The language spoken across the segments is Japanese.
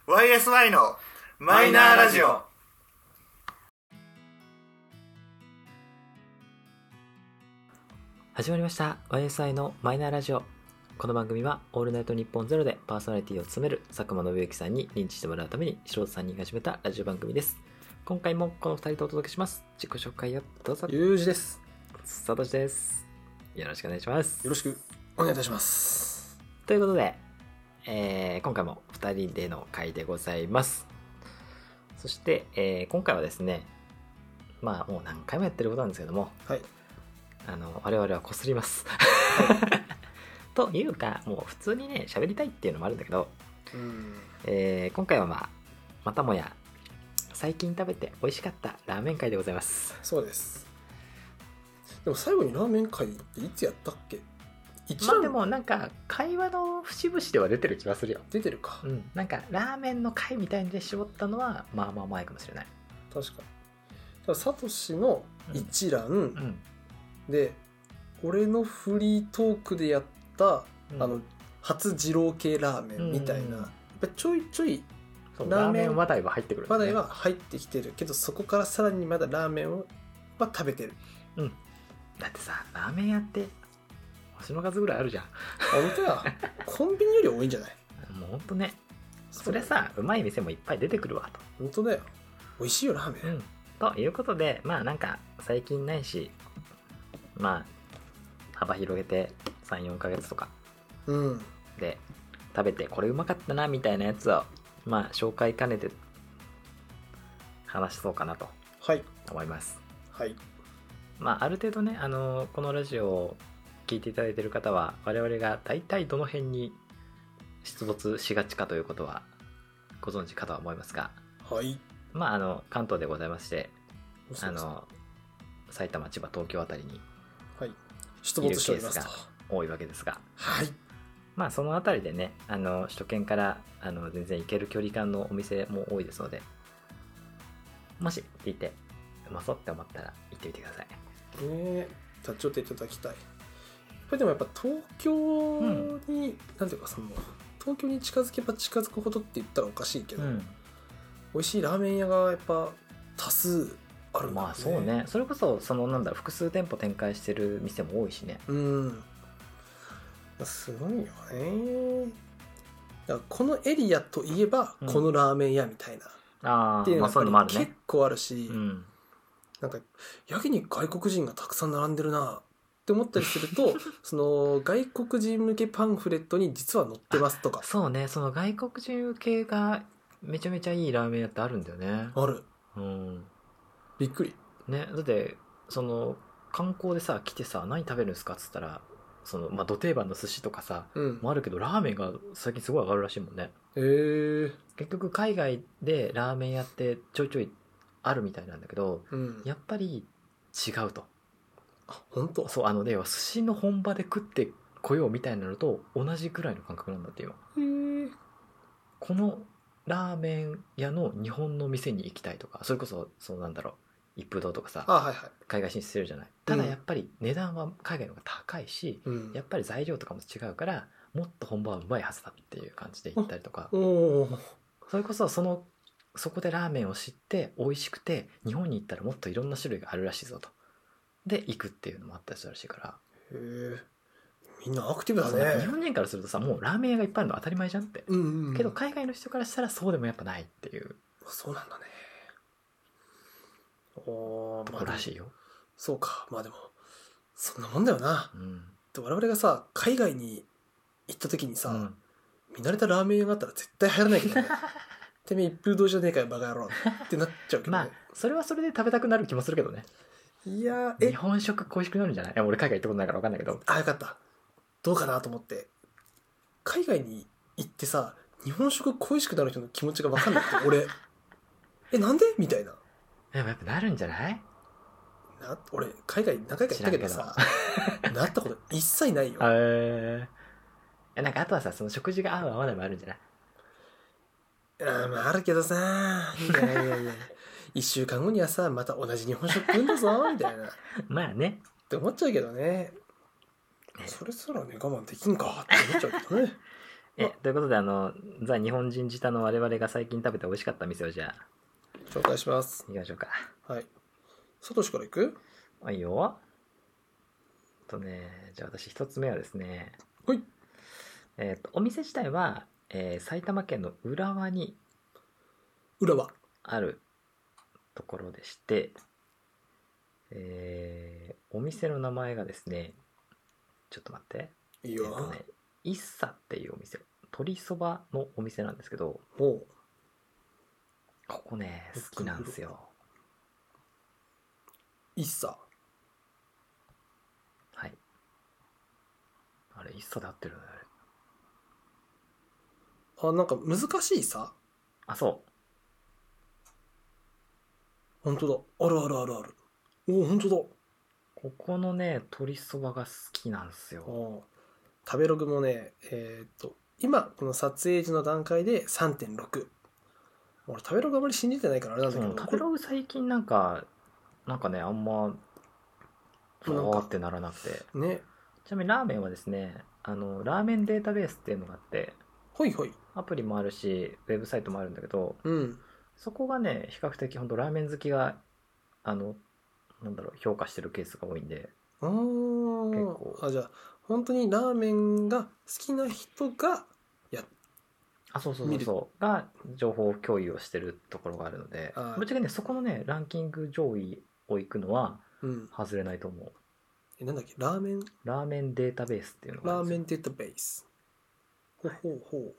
YSY のマイナーラジオ。 始まりました YSI のマイナーラジオ。この番組はオールナイトニッポンゼロでパーソナリティを務める佐久間信之さんに認知してもらうために素人3人が始めたラジオ番組です。今回もこの2人とお届けします。自己紹介をどうぞ。 ゆうじです。 さとしです。よろしくお願いします。 よろしくお願いいたします。 ということで、今回も2人での回でございます。そして、今回はですね、まあもう何回もやってることなんですけども、 はい、 我々はこすります、はい、というかもう普通にね喋りたいっていうのもあるんだけど、今回はまたもや最近食べて美味しかったラーメン会でございます。 そうです。でも最後にラーメン会っていつやったっけ？ でもなんか会話の節々では出てる気がするよ。 出てるか。 なんかラーメンの会みたいにで絞ったのはまあ前かもしれない。 確かに。サトシの一覧、で俺のフリートークでやった、初二郎系ラーメンみたいな、やっぱちょいちょいラーメン話題は入ってくる、 話題は入ってきてるけど、そこからさらにまだラーメンは食べてる。 だってさ、ラーメン屋って星の数ぐらいあるじゃん。 本当や。コンビニより多いんじゃない？ もう本当ね。それさ、うまい店もいっぱい出てくるわと。 本当だよ。美味しいよラーメン。 ということで、なんか最近ないし、幅広げて 3,4 ヶ月とかで食べてこれうまかったなみたいなやつを紹介兼ねて話そうかなと思います。 はい。 ある程度ね、このラジオを聞いていただいている方は我々が大体どの辺に出没しがちかということはご存知かとは思いますが、 はい。 関東でございまして、埼玉、千葉、東京あたりに出没しておりますと。 多いわけですが、 はい。 そのあたりでね、首都圏から全然行ける距離感のお店も多いですので、もし聞いてうまそうって思ったら行ってみてください。 立ち寄っていただきたい。でもやっぱ東京に、なんていうか東京に近づけば近づくほどって言ったらおかしいけど、美味しいラーメン屋がやっぱ多数あるんだね。 そうね。それこそ複数店舗展開してる店も多いしね。 すごいよね。だからこのエリアといえばこのラーメン屋みたいな、っていうのが結構あるし、なんかやけに外国人がたくさん並んでるなって思ったりするとその外国人向けパンフレットに実は載ってますとか。 そうね、その外国人向けがめちゃめちゃいいラーメン屋ってあるんだよね。 ある。びっくりね。だって観光でさ来てさ、何食べるんですかっつったらど定番の寿司とかさ、もあるけどラーメンが最近すごい上がるらしいもんね。結局海外でラーメン屋ってちょいちょいあるみたいなんだけど、やっぱり違うと。 本当？ そうでは寿司の本場で食ってこようみたいなのと同じくらいの感覚なんだって今。このラーメン屋の日本の店に行きたいとか、それこそ一風堂とかさ、海外進出してるじゃない。ただやっぱり値段は海外の方が高いし、やっぱり材料とかも違うからもっと本場はうまいはずだっていう感じで行ったりとか、それこそそこでラーメンを知って美味しくて日本に行ったらもっといろんな種類があるらしいぞとで行くっていうのもあったりするらしいから。 みんなアクティブだね。 日本人からするとさ、もうラーメン屋がいっぱいあるの当たり前じゃんって、けど海外の人からしたらそうでもやっぱないっていう。 そうなんだね。 とこらしいよ。 そうか。でもそんなもんだよな。我々がさ海外に行った時にさ、見慣れたラーメン屋があったら絶対入らないけどね。てめえ一風堂じゃねえかよバカ野郎ってなっちゃうけどね。 それはそれで食べたくなる気もするけどね。 いや日本食恋しくなるんじゃない？俺海外行ったことないから分かんないけど。 よかった。どうかなと思って。海外に行ってさ日本食恋しくなる人の気持ちが分かんなくて俺なんでみたいな。 やっぱなるんじゃない？ 俺海外何回か行ったけどさなったこと一切ないよ。 なんかあとはさ食事が合う合わないもあるんじゃない？ あるけどさいや1週間後にはさまた同じ日本食食うんだぞみたいなねって思っちゃうけどね。それすらね我慢できんかって思っちゃうけどね。 ということでザ・日本人舌の我々が最近食べて美味しかった店をじゃあ紹介します。 行きましょうか。 はい。サトシから行く？ いいよ。じゃあ私一つ目はですね。 はい。 お店自体は、埼玉県の浦和にあるところでして、お店の名前がですね、ちょっと待って。 いいよ。 一茶っていうお店、鶏そばのお店なんですけど、 ここね好きなんですよ。 一茶。 はい。あれ一茶で合ってるよね。 なんか難しいさ。 そう。 本当だ。あるあるあるある。おお、本当だ。 ここのね鶏そばが好きなんですよ。 食べログもね、今この撮影時の段階で 3.6。俺食べログあまり信じてないからあれなんだけど、 食べログ最近なんかねあんまそうってならなくてね。 ちなみにラーメンはですねラーメンデータベースっていうのがあって、 はいはい、 アプリもあるしウェブサイトもあるんだけど、そこがね比較的本当ラーメン好きが評価してるケースが多いんで、 結構じゃあ本当にラーメンが好きな人がそうが情報共有をしてるところがあるので、ぶっちゃけねそこのねランキング上位を行くのは外れないと思う。 なんだっけ、ラーメンデータベースっていうのがあるんですよ。 ラーメンデータベース。ほう。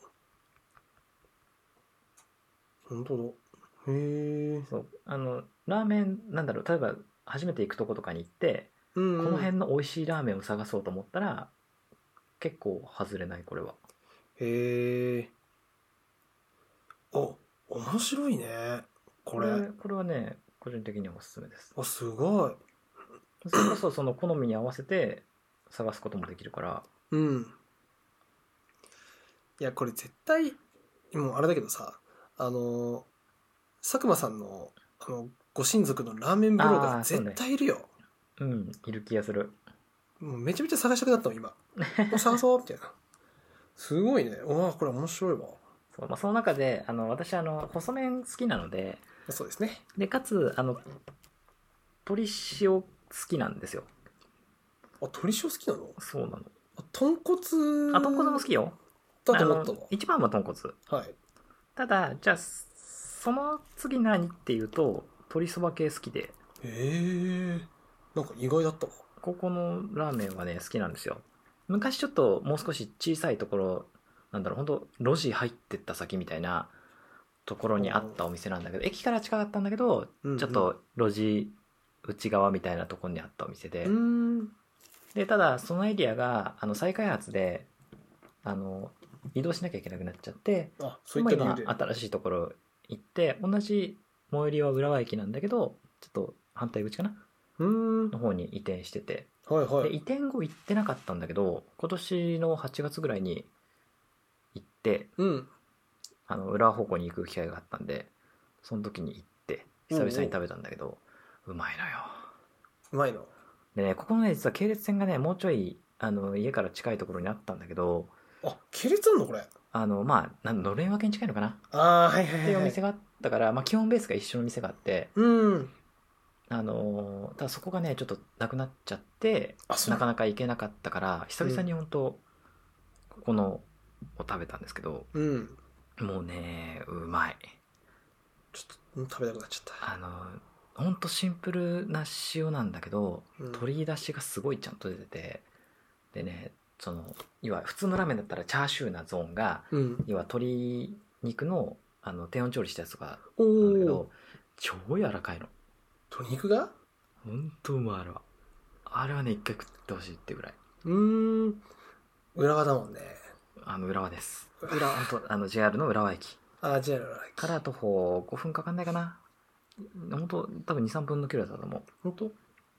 本当だ。へえ。 そうラーメン例えば初めて行くとことかに行って、この辺の美味しいラーメンを探そうと思ったら結構外れない。これはへえ。面白いねこれはね個人的にはおすすめです。 すごい。 それこそその好みに合わせて探すこともできるから。 いやこれ絶対もうあれだけどさ、佐久間さんのご親族のラーメンブロガー絶対いるよ。 いる気がする。 もうめちゃめちゃ探したくなったの今。もう探そうみたいな。すごいね。これ面白いわ。 その中で私細麺好きなので。 そうですね。 でかつ鶏塩好きなんですよ。 鶏塩好きなの？ そうなの。 豚骨も好きよ。 だと思ったわ。 一番は豚骨。 はい。 ただじゃあその次何っていうと鶏そば系好きで。 なんか意外だったわ。 ここのラーメンはね好きなんですよ。昔ちょっともう少し小さいところ本当路地入ってった先みたいなところにあったお店なんだけど、駅から近かったんだけど、ちょっと路地内側みたいなところにあったお店で、ただそのエリアが再開発で移動しなきゃいけなくなっちゃって、今新しいところ行って同じ最寄りは浦和駅なんだけどちょっと反対口かなの方に移転してて、で移転後行ってなかったんだけど今年の8月ぐらいに行って、浦和方向に行く機会があったんでその時に行って久々に食べたんだけど、うまいのよ。 うまいのでね、ここのね実は系列店がねもうちょい家から近いところにあったんだけど。 系列あんのこれ？ のれん分けに近いのかな。 はいっていうお店があったから、基本ベースが一緒の店があって、ただそこがねちょっとなくなっちゃってなかなか行けなかったから久々に本当、ここのを食べたんですけど、もうねうまい。 ちょっと食べたくなっちゃった。 本当シンプルな塩なんだけど、鶏だしがすごいちゃんと出てて、でね要は普通のラーメンだったらチャーシューなゾーンが、要は鶏肉の低温調理したやつとかなんだけど超柔らかいの。 鶏肉がほんとうまい。あれはね一回食ってほしいってぐらい。 浦和だもんね。 浦和です。本当JR の浦和駅。 JR 浦和駅から徒歩5分かかんないかな。本当多分 2,3 分の距離だったと思う。 本当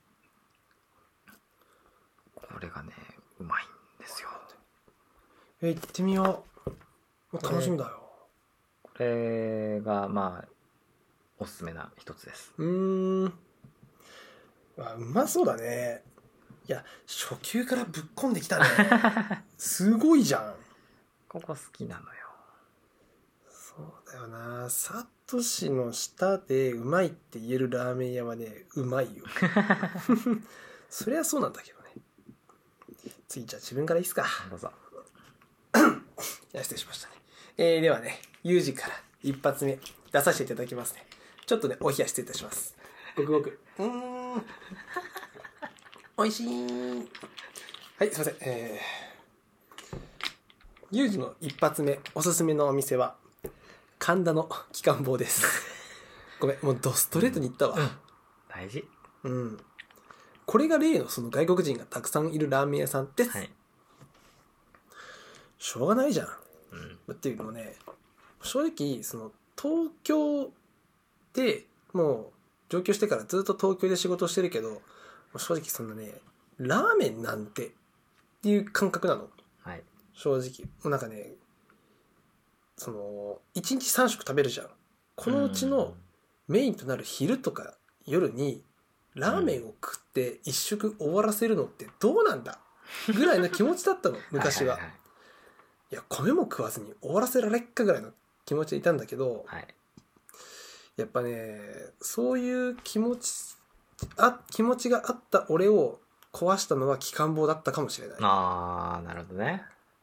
これがねうまいんですよ。 行ってみよう。楽しみだよ。 これがおすすめな一つです。 うまそうだね。いや初級からぶっこんできたね。すごいじゃん。 ここ好きなのよ。 そうだよな。サトシの舌でうまいって言えるラーメン屋はね、うまいよ。そりゃそうなんだけどね。次じゃあ自分からいいっすか。 どうぞ。 いや失礼しましたね。ではね、ユージから一発目出させていただきますね。ちょっとね、お冷や失礼いたします。ごくごく。おいしい。はい、すいません。ユージの一発目おすすめのお店は神田のきかん坊です。ごめん、もうドストレートに言ったわ。 大事。 これが例のその外国人がたくさんいるラーメン屋さんです。はい、しょうがないじゃん。っていうのもね、正直その東京でもう上京してからずっと東京で仕事してるけど、正直そんなね、ラーメンなんてっていう感覚なの。はい、正直もうなんかね、その1日3食食べるじゃん。このうちのメインとなる昼とか夜にラーメンを食って1食終わらせるのってどうなんだぐらいの気持ちだったの昔は。いや、米も食わずに終わらせられっかぐらいの気持ちでいたんだけど、はい、やっぱね、そういう気持ちがあった俺を壊したのはきかん坊だったかもしれない。 あー、なるほどね。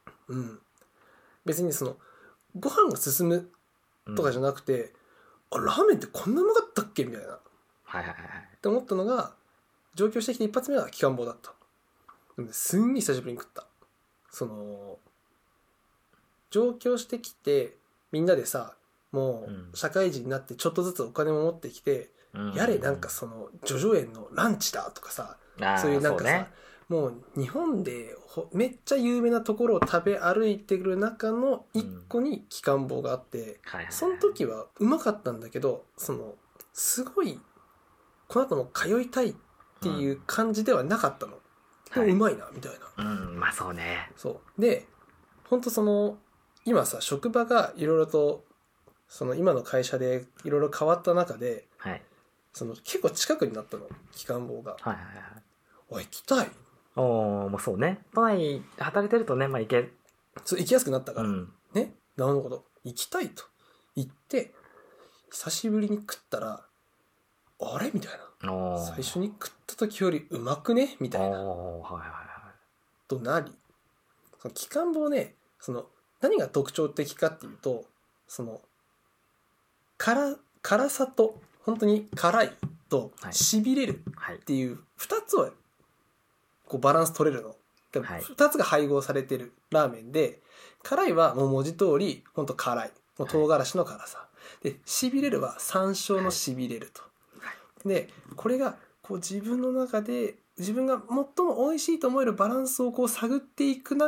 別にそのご飯が進むとかじゃなくて、ラーメンってこんなうまかったっけみたいな、って思ったのが上京してきて一発目はきかん坊だった。でもね、すんげえ久しぶりに食った。その上京してきてみんなでさ、もう社会人になってちょっとずつお金も持ってきて、やれなんかその叙々苑のランチだとかさ、そういうなんかさ、もう日本でめっちゃ有名なところを食べ歩いてくる中の一個にきかん坊があって、その時はうまかったんだけど、そのすごいこの後も通いたいっていう感じではなかったの。でもうまいなみたいな。 まあそうね。 そうで、本当その今さ、職場がいろいろとその今の会社でいろいろ変わった中で、その結構近くになったの、きかん坊が。おい、行きたい。 まあそうね。都内働いてるとね、まあ行きやすくなったから、ね、なるほど、行きたいと言って久しぶりに食ったら、あれみたいな、最初に食った時よりうまくねみたいな、となり、そのきかん坊ね、その何が特徴的かっていうと、その辛さと本当に辛いとしびれるっていう2つをこうバランス取れるの。2つが配合されてるラーメンで、辛いはもう文字通り本当辛い、もう唐辛子の辛さで、しびれるは山椒のしびれると。でこれがこう自分の中で自分が最も美味しいと思えるバランスをこう探っていって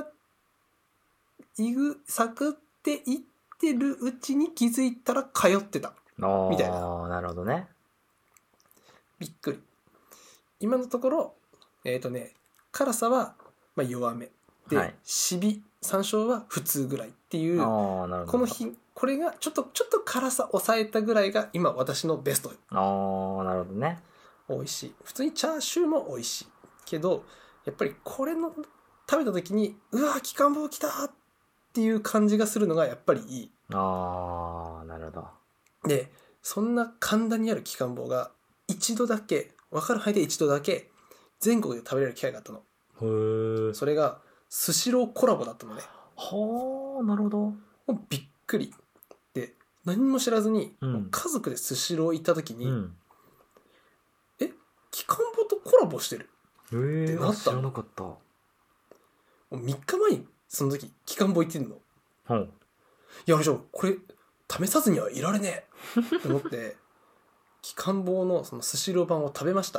るうちに気づいたら通ってたみたいな。 なるほどね。 びっくり。今のところ辛さはまあ弱めで、山椒は普通ぐらいっていう、これがちょっと辛さ抑えたぐらいが今私のベスト。 なるほどね。 美味しい。普通にチャーシューも美味しいけど、やっぱりこれの食べた時にうわきかん坊きたっていう感じがするのがやっぱりいい。 なるほど。 でそんな神田にあるきかん坊が一度だけ、分かる範囲で一度だけ全国で食べれる機会があったの。それがスシローコラボだったのね。 なるほど。 もうびっくりで、何も知らずに、家族でスシロー行った時に、きかん坊とコラボしてるってなったの。 知らなかった。 もう3日前にその時きかん坊行ってんの。いや、じゃあこれ試さずにはいられねえと思ってきかん坊のそのスシロー版を食べました。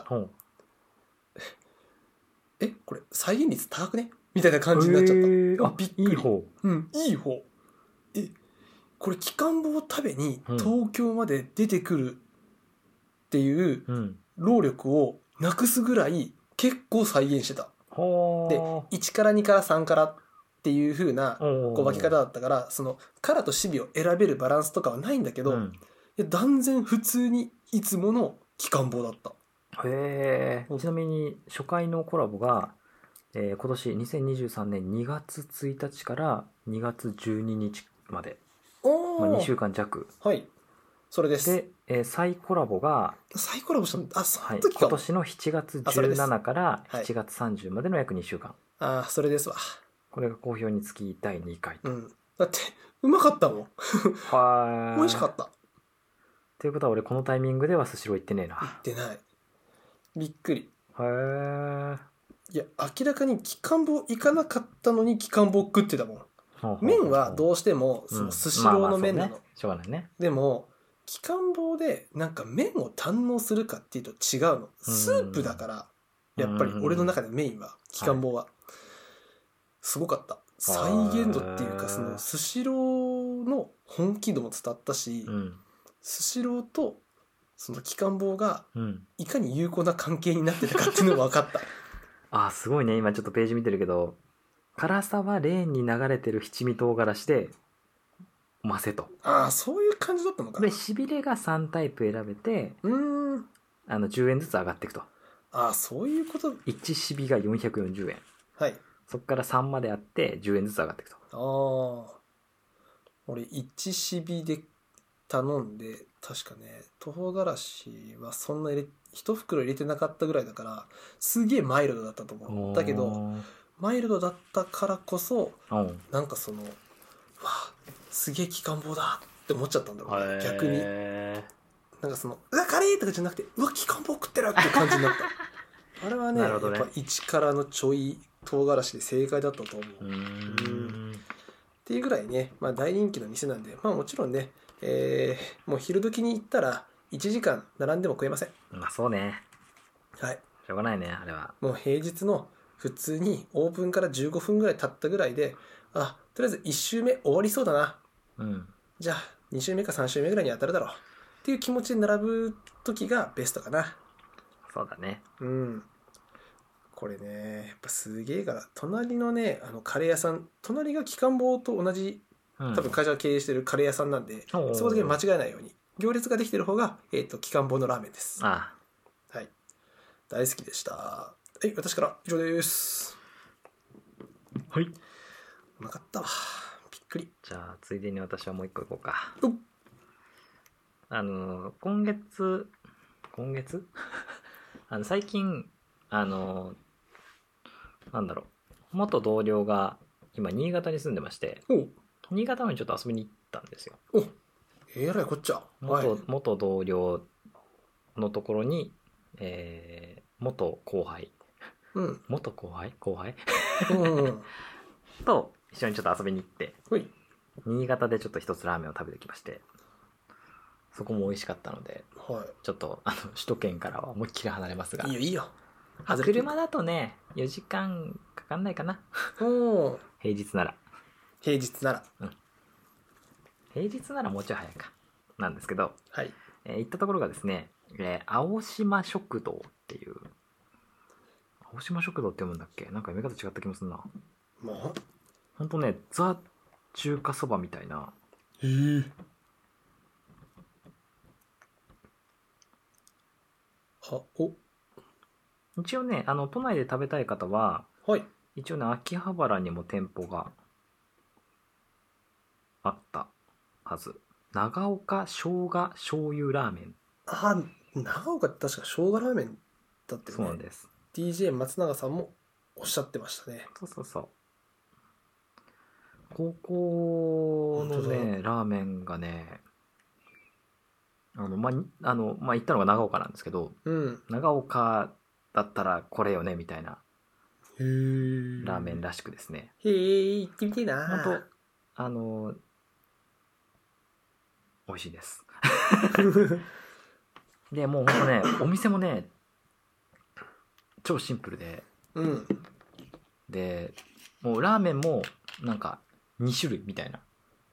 これ再現率高くねみたいな感じになっちゃった。びっくり。いい方。いい方。これきかん坊を食べに東京まで出てくるっていう労力をなくすぐらい結構再現してた。で1から2から3からっていう風なこう分け方だったから、その辛とシビを選べるバランスとかはないんだけど、断然普通にいつものきかん坊だった。 ちなみに初回のコラボが今年2023年2月1日から2月12日まで、2週間弱。 はい。それです。 で、再コラボしたの、その時か、今年の7月17から7月30までの約2週間。 それですわ。 これが好評につき第2回。 だって、うまかったもん。美味しかった。 ということは俺このタイミングではスシロー行ってねえな。 行ってない。びっくり。 へいや、明らかにきかんぼう行かなかったのにきかんぼう食ってたもん。麺はどうしてもそのスシローの麺なの。 しょうがないね。 でもきかんぼうでなんか麺を堪能するかっていうと違うの。スープだからやっぱり俺の中でメインはきかんぼうはすごかった。再現度っていうかそのスシローの本気度も伝わったし、スシローとそのきかんぼうがいかに有効な関係になってたかっていうのが分かった。 すごいね。今ちょっとページ見てるけど、辛さはレーンに流れてる七味唐辛子で混ぜと。 そういう感じだったのかな。 でしびれが3タイプ選べて10円ずつ上がっていくと。 そういうこと。 1しびが440円。 はい。 そこから3まであって10円ずつ上がっていくと。 俺1しびで頼んで、確かね唐辛子はそんな1袋入れてなかったぐらいだからすげえマイルドだったと思う。だけどマイルドだったからこそなんかそのすげえきかんぼうだって思っちゃったんだろうね。逆になんかそのカレーとかじゃなくてきかんぼう食ってるっていう感じになったあれはねやっぱ1からのちょい唐辛子で正解だったと思う。っていうぐらいね、大人気の店なんで、もちろんね、もう昼時に行ったら1時間並んでも食えません。 そうね。 はい。 しょうがないね、あれは。 もう平日の普通にオープンから15分ぐらい経ったぐらいで、とりあえず1周目終わりそうだな。じゃあ2周目か3周目ぐらいに当たるだろうっていう気持ちで並ぶ時がベストかな。 そうだね。 これね、やっぱすげえから、隣のね、カレー屋さん、隣がきかんぼうと同じ、多分会社が経営してるカレー屋さんなんで、そこだけ間違えないように、行列ができてる方が、きかんぼうのラーメンです。はい。大好きでした。はい、私から以上です。 はい。 うまかったわ。びっくり。 じゃあ、ついでに私はもう一個いこうか。今月最近、元同僚が今新潟に住んでまして、新潟にちょっと遊びに行ったんですよ。 えらいこっちゃ。 元同僚のところに、元後輩、元後輩と一緒にちょっと遊びに行って、新潟でちょっと一つラーメンを食べてきまして、そこも美味しかったので、ちょっと首都圏からは思いっきり離れますが、 いいよ。 車だとね4時間かかんないかな。平日なら平日ならもうちょい早いかなんですけど、行ったところがですね、青島食堂っていう、青島食堂って読むんだっけ、なんか読み方違った気もするな。ほんとね、ザ中華そばみたいな。一応ね、都内で食べたい方は、一応ね、秋葉原にも店舗があったはず。長岡生姜醤油ラーメン。 長岡って確か生姜ラーメンだってね。 そうなんです。 DJ 松永さんもおっしゃってましたね。 そう。ここのねラーメンがね、行ったのが長岡なんですけど、長岡だったらこれよねみたいなラーメンらしくですね。 行ってみてえな。 本当美味しいですでもうほんとね、お店もね超シンプルで、でもうラーメンもなんか2種類みたいな、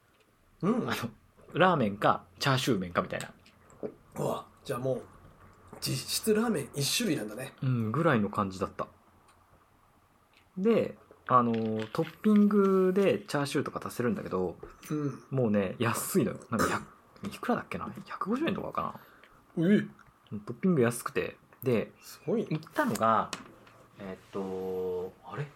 ラーメンかチャーシュー麺かみたいな。 じゃあもう実質ラーメン1種類なんだね。 ぐらいの感じだった。でトッピングでチャーシューとか足せるんだけど、もうね安いのよ。なんかいくらだっけな、150円とかかな。トッピング安くて、で行ったのがあれ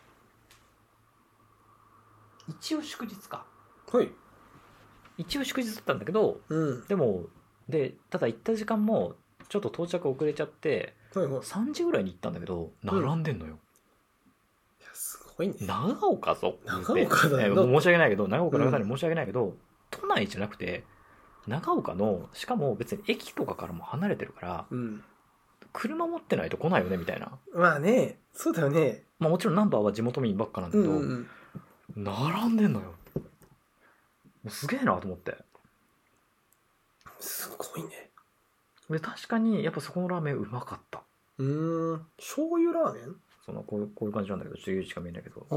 一応祝日か。 はい。 一応祝日だったんだけど、でもただ行った時間もちょっと到着遅れちゃって、3時ぐらいに行ったんだけど並んでんのよ。 いやすごいね。 長岡ぞ。 長岡だよ。 申し訳ないけど、長岡の方に申し訳ないけど、都内じゃなくて長岡の、しかも別に駅とかからも離れてるから、車持ってないと来ないよねみたいな。 まあね、そうだよね。 まあもちろんナンバーは地元民ばっかなんだけど、並んでんのよ。もうすげえなと思って。 すごいね。 で確かにやっぱそこのラーメンうまかった。 醤油ラーメン？ こういう感じなんだけど、ちょっと油しか見えないけど。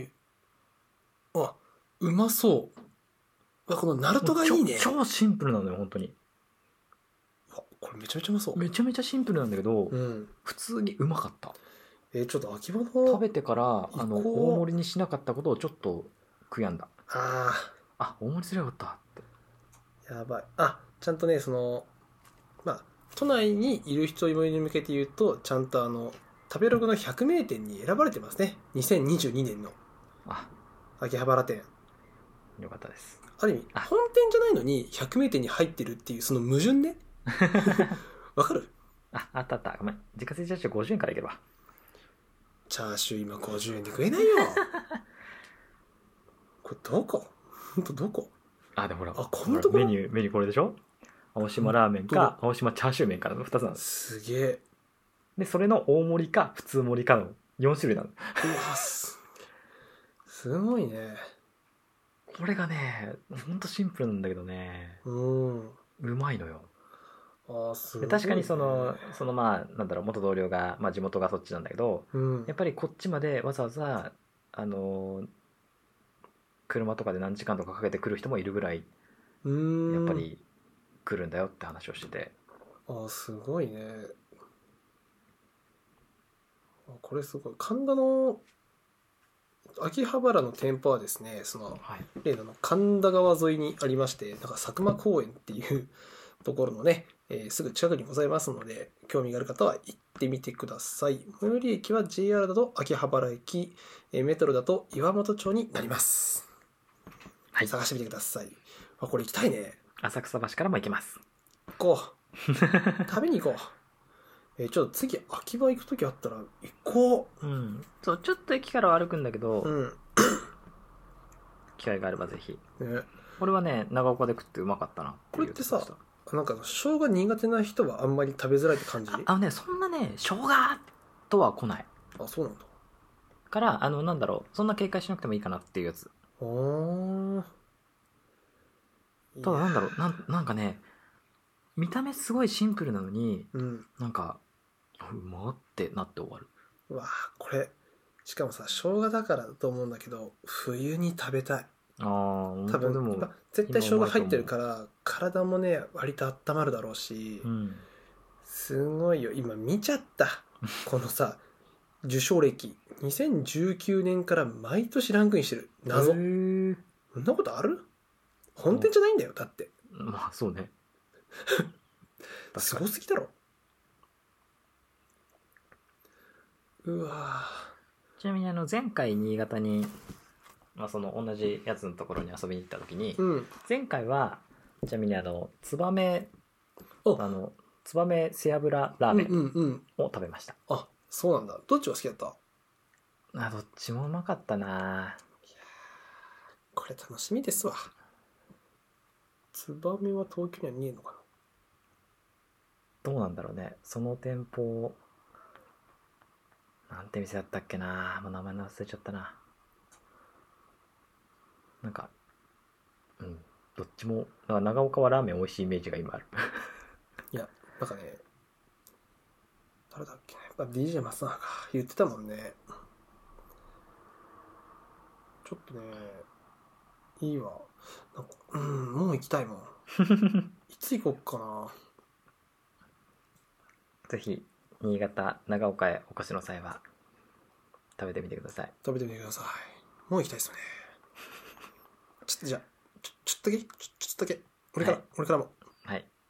うまそう。このナルトがいいね。 超シンプルなのよ本当に。 これめちゃめちゃうまそう。 めちゃめちゃシンプルなんだけど、普通にうまかった。 ちょっと秋葉の食べてから大盛りにしなかったことをちょっと悔やんだ。大盛りすればよかったって。 やばい。ちゃんとね、都内にいる人に向けて言うと、ちゃんと食べログの100名店に選ばれてますね。2022年の秋葉原店。 よかったです。 ある意味本店じゃないのに100名店に入ってるっていうその矛盾ね。わかる？ あった。ごめん。自家製チャーシュー50円からいけるわ。 チャーシュー今50円で食えないよ。これどこ？本当どこ？ でもほら。 このところメニューこれでしょ？青島ラーメンか青島チャーシュー麺からの2つなんです。 すげえ。 でそれの大盛りか普通盛りかの4種類なの。 すごいね。 これがねほんとシンプルなんだけどね、うまいのよ。 すごいね。 確かにそのなんだろう、元同僚が、地元がそっちなんだけど、やっぱりこっちまでわざわざ車とかで何時間とかかけて来る人もいるぐらいやっぱり来るんだよって話をしてて。 すごいね。これすごい。神田の秋葉原の店舗はですね、例の神田川沿いにありまして、佐久間公園っていうところのね、すぐ近くにございますので、興味がある方は行ってみてください。最寄り駅は JR だと秋葉原駅、メトロだと岩本町になります。はい、探してみてください。これ行きたいね。 浅草橋からも行けます。 行こう。食べに行こう。ちょっと次秋葉行くときあったら行こう。 そう、ちょっと駅からは歩くんだけど、機会があればぜひ。これはね、長岡で食ってうまかったな。 これってさ、生姜苦手な人はあんまり食べづらいって感じ？ そんなね、生姜とは来ない。 そうなんだ。 からなんだろう、そんな警戒しなくてもいいかなっていうやつ。ただなんだろう、なんかね、見た目すごいシンプルなのに、なんかうまってなって終わる。 これしかもさ、生姜だからだと思うんだけど、冬に食べたい。多分でも絶対生姜入ってるから体もね割と温まるだろうし、すごいよ。今見ちゃったこのさ受賞歴2019年から毎年ランクインしてる。謎。そんなことある？本店じゃないんだよだって。 そうね。 すごすぎだろ。 ちなみに前回新潟に、その同じやつのところに遊びに行った時に、前回はちなみに燕背脂ラーメンを食べました。 そうなんだ。どっちが好きだった？ どっちもうまかったな。 これ楽しみですわ。燕は東京には見えるのかな。 どうなんだろうね。その店舗なんて店だったっけな。もう名前忘れちゃったな。なんかどっちも長岡はラーメン美味しいイメージが今ある。 いやなんかね、誰だっけ、やっぱ DJ 松永が言ってたもんね。ちょっとねいいわ。もう行きたいもん。いつ行こっかな。 ぜひ新潟長岡へお越しの際は食べてみてください。 食べてみてください。もう行きたいですよね。ちょっとじゃあちょっとだけ俺からも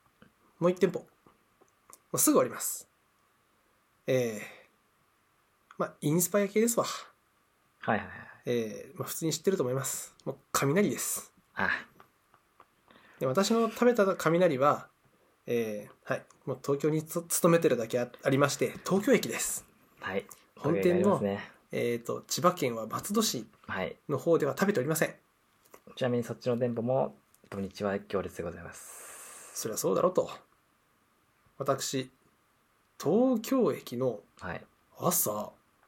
もう1店舗、すぐ終わります。 まあインスパイア系ですわ。 はいはいはい。 まあ、普通に知ってると思います。もう雷です。 あ、 で私の食べた雷は、はい、もう東京に勤めてるだけありまして、東京駅です。 はい。 本店の、 ね、 千葉県は松戸市の方では食べておりません。 ちなみにそっちの店舗も土日は行列でございます。 そりゃそうだろうと。私、東京駅の朝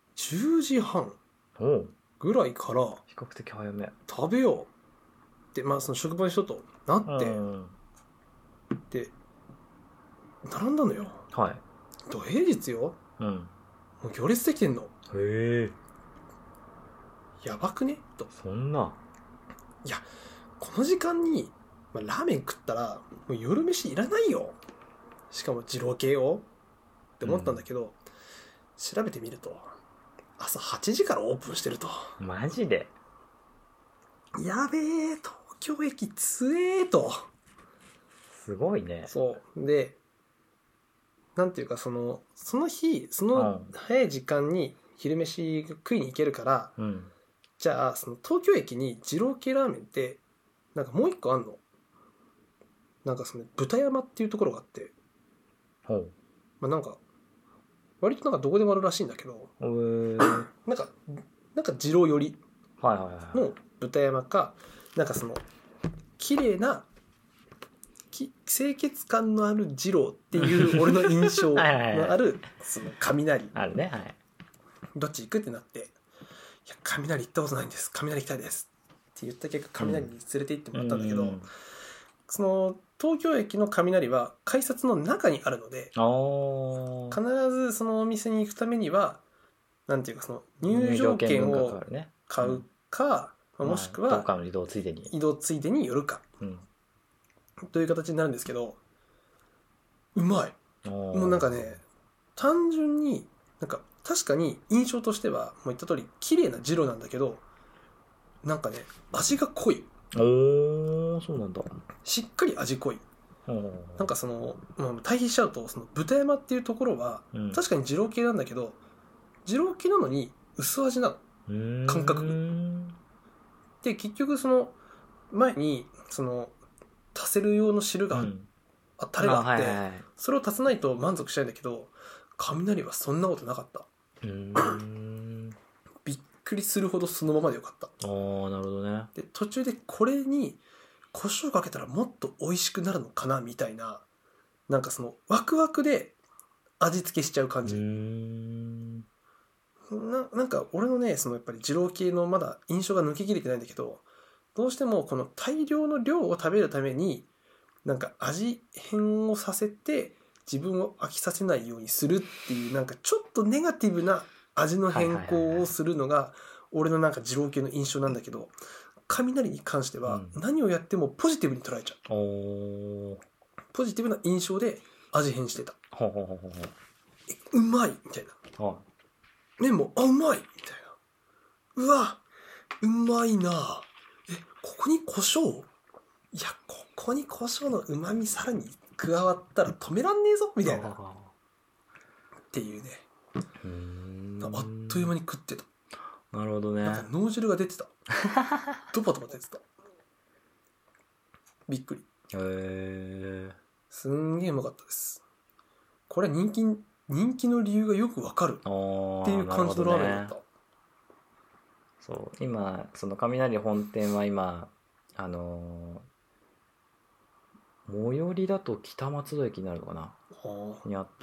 10時半ぐらいから比較的早め食べようって、まあその職場の人となって、で並んだのよ。 はい。 土平日よ。もう行列できてんの。 へえ。 やばくねと。 そんな。 いや、この時間に、まあ、ラーメン食ったらもう夜飯いらないよ。しかも二郎系をって思ったんだけど、調べてみると朝8時からオープンしてると。 マジで？ やべえ、東京駅つえーと。 すごいね。 そうで、なんていうかその日その早い時間に昼飯食いに行けるから、じゃあその東京駅に二郎系ラーメンってなんかもう一個あんの。なんかその豚山っていうところがあって、まあなんか割となんかどこでもあるらしいんだけど、なんか二郎寄りの豚山か、なんかその綺麗な清潔感のある二郎っていう俺の印象のあるその雷あるね、はい。 どっち行くってなって、いや雷行ったことないんです、雷行きたいですって言った結果雷に連れて行ってもらったんだけど、その東京駅の雷は改札の中にあるので、必ずそのお店に行くためにはなんていうかその入場券を買うか、もしくは移動ついでに寄るかという形になるんですけど、うまい。もうなんかね、単純になんか確かに印象としてはもう言った通り綺麗な二郎なんだけど、なんかね味が濃い。 そうなんだ。しっかり味濃い。なんかその、対比しちゃうとその豚山っていうところは、確かに二郎系なんだけど、二郎系なのに薄味なの、感覚で。結局その前にその足せる用の汁が、タレがあって、それを足さないと満足しないんだけど、雷はそんなことなかった。びっくりするほどそのままでよかった。 なるほどね。 で途中でこれに胡椒かけたらもっと美味しくなるのかなみたいな、なんかそのワクワクで味付けしちゃう感じ。なんか俺のね、そのやっぱり二郎系のまだ印象が抜けきれてないんだけど、どうしてもこの大量の量を食べるためになんか味変をさせて自分を飽きさせないようにするっていう、なんかちょっとネガティブな味の変更をするのが俺のなんか二郎系の印象なんだけど、雷に関しては何をやってもポジティブに捉えちゃう。ポジティブな印象で味変してた。うまいみたいな。麺もうまいみたいな。うわうまいな。ここに胡椒、いやここに胡椒のうまみさらに加わったら止めらんねえぞみたいなっていうね。あっという間に食ってた。 なるほどね。 なんか脳汁が出てた。ドバドバ出てた。びっくり。すんげえうまかったです。これ人気の理由がよくわかるっていう感じのラーメンだった。 そう今その雷本店は今最寄りだと北松戸駅になるのかなにあって、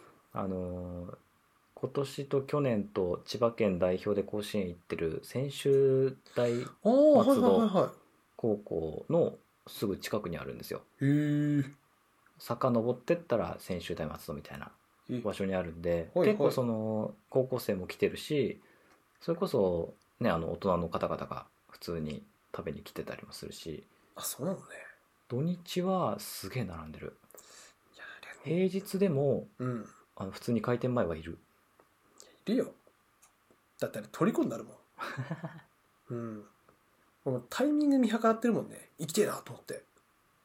今年と去年と千葉県代表で甲子園行ってる専修大松戸高校のすぐ近くにあるんですよ。坂登ってったら専修大松戸みたいな場所にあるんで、結構その高校生も来てるし、それこそね大人の方々が普通に食べに来てたりもするし。 あ、そうなのね。 土日はすげえ並んでる。平日でも、普通に開店前はいる。 いるよ。だってあれ虜になるもん。もうタイミング見計らってるもんね。行きてえなと思って。行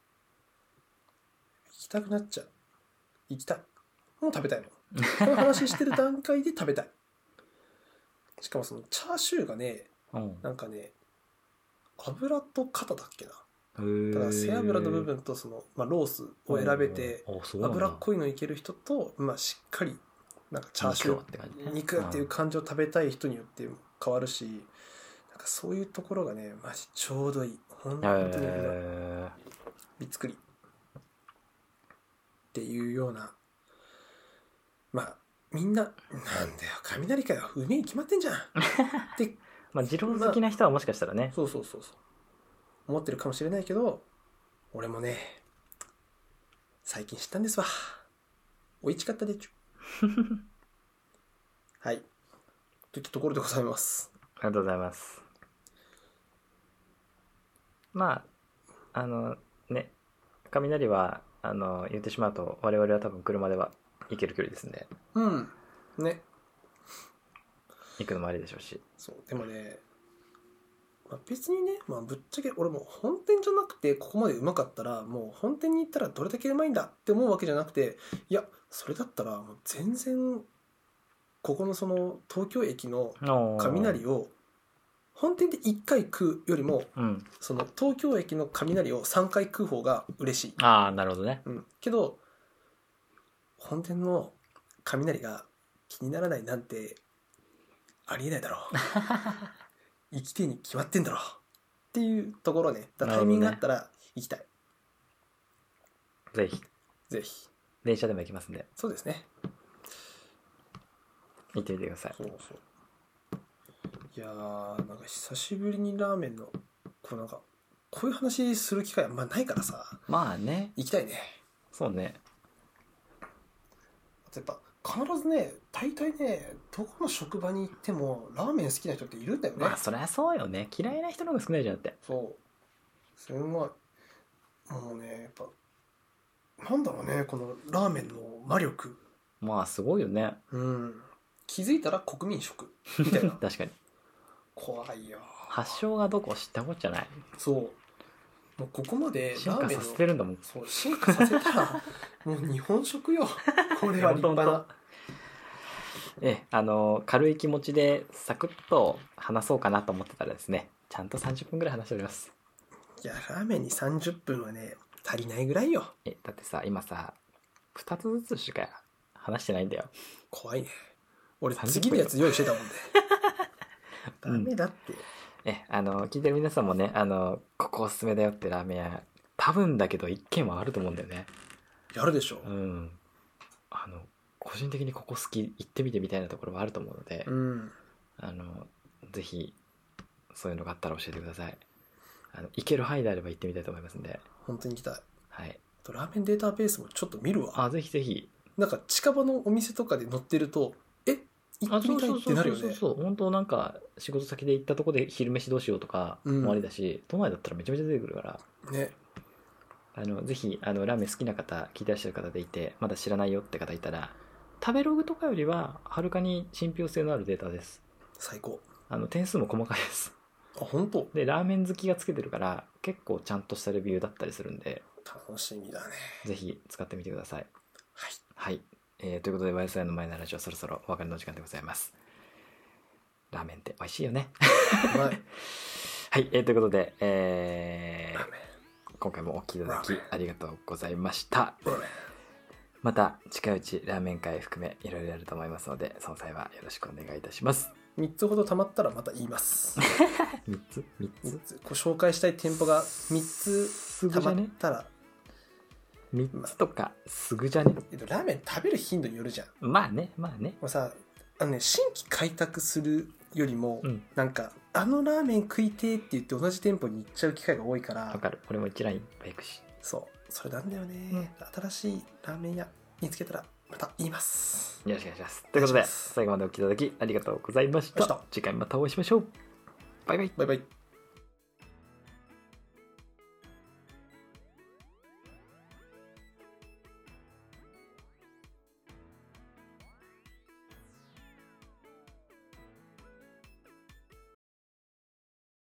きたくなっちゃう。行きたい。もう食べたいの。この話してる段階で食べたい。 しかもそのチャーシューがね、なんかね油と肩だっけな、だから背脂の部分とその、ロースを選べて、脂っこいのいける人と、しっかりなんかチャーシュー肉っていう感じを食べたい人によって変わるし、なんかそういうところがねマジちょうどいい、本当にびっくりっていうような、みんななんだよ雷かようめえに決まってんじゃんって二郎好きな人はもしかしたらね、 そう思ってるかもしれないけど、俺もね最近知ったんですわ。おいしかったでちゅはいといったところでございます。 ありがとうございます。ね、雷は言ってしまうと我々は多分車では行ける距離ですんで、 ね、 行くのもありでしょうし。 そうでもね、別にね、ぶっちゃけ俺も本店じゃなくてここまでうまかったらもう本店に行ったらどれだけうまいんだって思うわけじゃなくて、いやそれだったらもう全然ここのその東京駅の雷を本店で1回食うよりも、その東京駅の雷を3回食う方が嬉しい。 なるほどね。 けど本店の雷が気にならないなんてありえないだろう生きてに決まってんだろうっていうところね、タイミングがあったら行きたい、 ぜひ電車でも行きますんで。 そうですね、 行ってみてください。 いやーなんか久しぶりにラーメンのこういう話する機会はないからさ、 ね行きたいね。 そうね、 やっぱ必ずね大体ねどこの職場に行ってもラーメン好きな人っているんだよね。 そりゃそうよね、嫌いな人の方が少ないじゃんって。 そうすごいもうねやっぱなんだろうね、このラーメンの魔力すごいよね。 気づいたら国民食みたいな確かに怖いよ。 発祥がどこ知ったことじゃない。 もうここまで進化させてるんだもん。 進化させたらもう日本食よこれは立派な軽い気持ちでサクッと話そうかなと思ってたらですね、ちゃんと30分ぐらい話しております。 いやラーメンに30分はね足りないぐらいよ。 だってさ今さ2つずつしか話してないんだよ。 怖いね。俺次のやつ用意してたもんでダメだって。 聞いてる皆さんもねここおすすめだよってラーメン屋多分だけど1軒はあると思うんだよね。 やるでしょ。 個人的にここ好き、行ってみてみたいなところはあると思うので、ぜひそういうのがあったら教えてください。行ける範囲であれば行ってみたいと思いますんで。 本当に行きたい。 はい。 ラーメンデータベースもちょっと見るわ。 ぜひぜひ。 なんか近場のお店とかで載ってると行ってみたいってなるよね。 そう本当なんか仕事先で行ったとこで昼飯どうしようとかもありだし、都内だったらめちゃめちゃ出てくるからね。 ぜひラーメン好きな方、聞いてらっしゃる方でいてまだ知らないよって方いたら、食べログとかよりははるかに信憑性のあるデータです。 最高。 点数も細かいです。 本当？ でラーメン好きがつけてるから結構ちゃんとしたレビューだったりするんで楽しみだね。 ぜひ使ってみてください。 はい、 ということで YSI のマイナーラジオ、そろそろお別れの時間でございます。ラーメンって美味しいよね。はい、ということで、今回もお聞きいただきありがとうございました。また近いうちラーメン会含めいろいろやると思いますので、その際はよろしくお願いいたします。 3つほど溜まったらまた言います。 3つご紹介したい店舗が3つ溜まったら、 3つとかすぐじゃね。 ラーメン食べる頻度によるじゃん。 まあねもうさ新規開拓するよりも、なんかラーメン食いてって言って同じ店舗に行っちゃう機会が多いから。 わかる。俺も一ラインバイクし。 それなんだよね、新しいラーメン屋見つけたらまた言います。 よろしくお願いします。ということで最後までお聞きいただきありがとうございました。次回またお会いしましょう。バイバイ。